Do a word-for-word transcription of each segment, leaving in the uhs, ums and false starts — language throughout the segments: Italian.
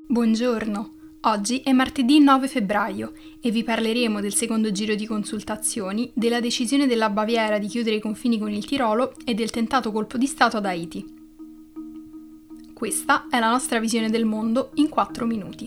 Buongiorno, oggi è martedì nove febbraio e vi parleremo del secondo giro di consultazioni, della decisione della Baviera di chiudere i confini con il Tirolo e del tentato colpo di Stato ad Haiti. Questa è la nostra visione del mondo in quattro minuti.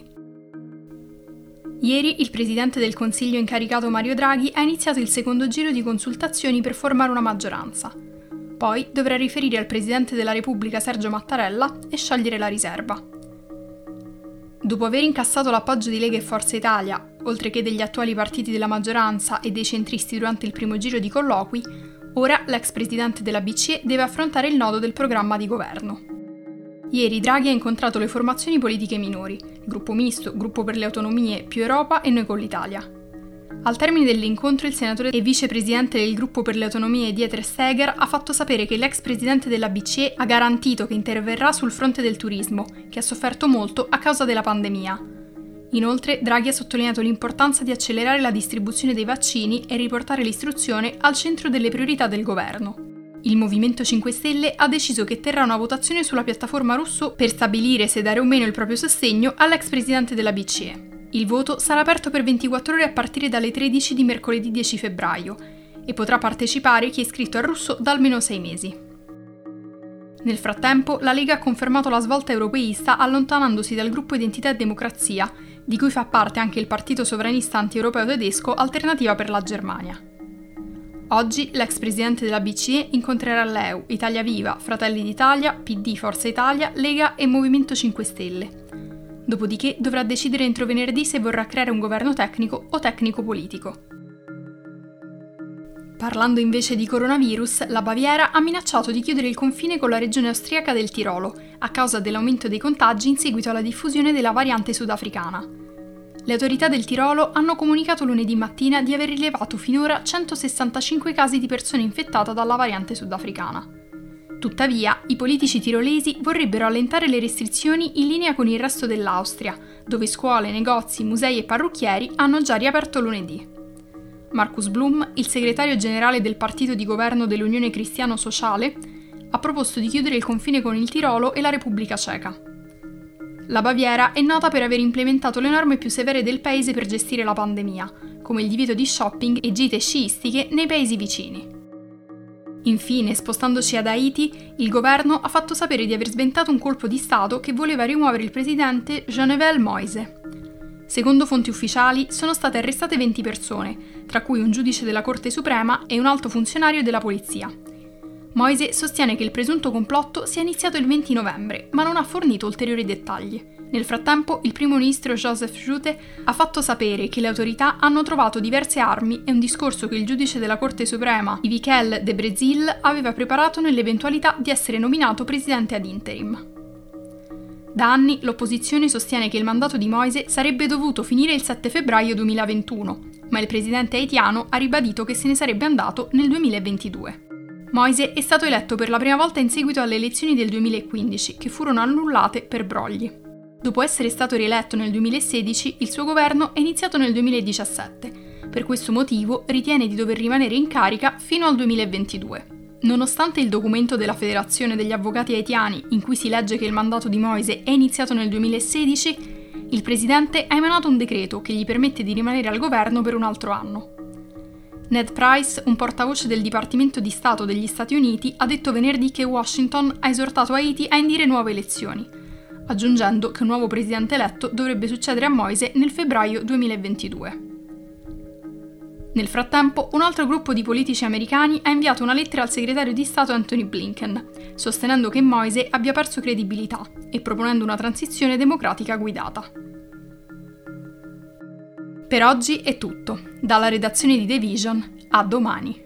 Ieri il presidente del Consiglio incaricato Mario Draghi ha iniziato il secondo giro di consultazioni per formare una maggioranza. Poi dovrà riferire al presidente della Repubblica Sergio Mattarella e sciogliere la riserva. Dopo aver incassato l'appoggio di Lega e Forza Italia, oltre che degli attuali partiti della maggioranza e dei centristi durante il primo giro di colloqui, ora l'ex presidente della B C E deve affrontare il nodo del programma di governo. Ieri Draghi ha incontrato le formazioni politiche minori, Gruppo Misto, Gruppo per le Autonomie, Più Europa e Noi con l'Italia. Al termine dell'incontro il senatore e vicepresidente del Gruppo per le Autonomie Dieter Steger ha fatto sapere che l'ex presidente della B C E ha garantito che interverrà sul fronte del turismo, che ha sofferto molto a causa della pandemia. Inoltre Draghi ha sottolineato l'importanza di accelerare la distribuzione dei vaccini e riportare l'istruzione al centro delle priorità del governo. Il Movimento cinque Stelle ha deciso che terrà una votazione sulla piattaforma Rousseau per stabilire se dare o meno il proprio sostegno all'ex presidente della B C E. Il voto sarà aperto per ventiquattro ore a partire dalle tredici di mercoledì dieci febbraio e potrà partecipare chi è iscritto a Rousseau da almeno sei mesi. Nel frattempo, la Lega ha confermato la svolta europeista allontanandosi dal gruppo Identità e Democrazia, di cui fa parte anche il partito sovranista anti-europeo tedesco Alternativa per la Germania. Oggi l'ex presidente della B C E incontrerà l'E U, Italia Viva, Fratelli d'Italia, P D, Forza Italia, Lega e Movimento cinque Stelle. Dopodiché dovrà decidere entro venerdì se vorrà creare un governo tecnico o tecnico-politico. Parlando invece di coronavirus, la Baviera ha minacciato di chiudere il confine con la regione austriaca del Tirolo, a causa dell'aumento dei contagi in seguito alla diffusione della variante sudafricana. Le autorità del Tirolo hanno comunicato lunedì mattina di aver rilevato finora centosessantacinque casi di persone infettate dalla variante sudafricana. Tuttavia, i politici tirolesi vorrebbero allentare le restrizioni in linea con il resto dell'Austria, dove scuole, negozi, musei e parrucchieri hanno già riaperto lunedì. Markus Blum, il segretario generale del partito di governo dell'Unione Cristiano Sociale, ha proposto di chiudere il confine con il Tirolo e la Repubblica Ceca. La Baviera è nota per aver implementato le norme più severe del paese per gestire la pandemia, come il divieto di shopping e gite sciistiche nei paesi vicini. Infine, spostandoci ad Haiti, il governo ha fatto sapere di aver sventato un colpo di Stato che voleva rimuovere il presidente Jovenel Moïse. Secondo fonti ufficiali, sono state arrestate venti persone, tra cui un giudice della Corte Suprema e un alto funzionario della polizia. Moïse sostiene che il presunto complotto sia iniziato il venti novembre, ma non ha fornito ulteriori dettagli. Nel frattempo, il primo ministro Joseph Joute ha fatto sapere che le autorità hanno trovato diverse armi e un discorso che il giudice della Corte Suprema, Ivikel de Brezil, aveva preparato nell'eventualità di essere nominato presidente ad interim. Da anni l'opposizione sostiene che il mandato di Moïse sarebbe dovuto finire il sette febbraio duemilaventuno, ma il presidente haitiano ha ribadito che se ne sarebbe andato nel duemilaventidue. Moïse è stato eletto per la prima volta in seguito alle elezioni del duemilaquindici, che furono annullate per brogli. Dopo essere stato rieletto nel duemilasedici, il suo governo è iniziato nel duemiladiciassette. Per questo motivo ritiene di dover rimanere in carica fino al duemilaventidue. Nonostante il documento della Federazione degli Avvocati Haitiani, in cui si legge che il mandato di Moïse è iniziato nel duemilasedici, il presidente ha emanato un decreto che gli permette di rimanere al governo per un altro anno. Ned Price, un portavoce del Dipartimento di Stato degli Stati Uniti, ha detto venerdì che Washington ha esortato Haiti a indire nuove elezioni, aggiungendo che un nuovo presidente eletto dovrebbe succedere a Moïse nel febbraio duemilaventidue. Nel frattempo, un altro gruppo di politici americani ha inviato una lettera al segretario di Stato Antony Blinken, sostenendo che Moïse abbia perso credibilità e proponendo una transizione democratica guidata. Per oggi è tutto. Dalla redazione di The Vision, a domani.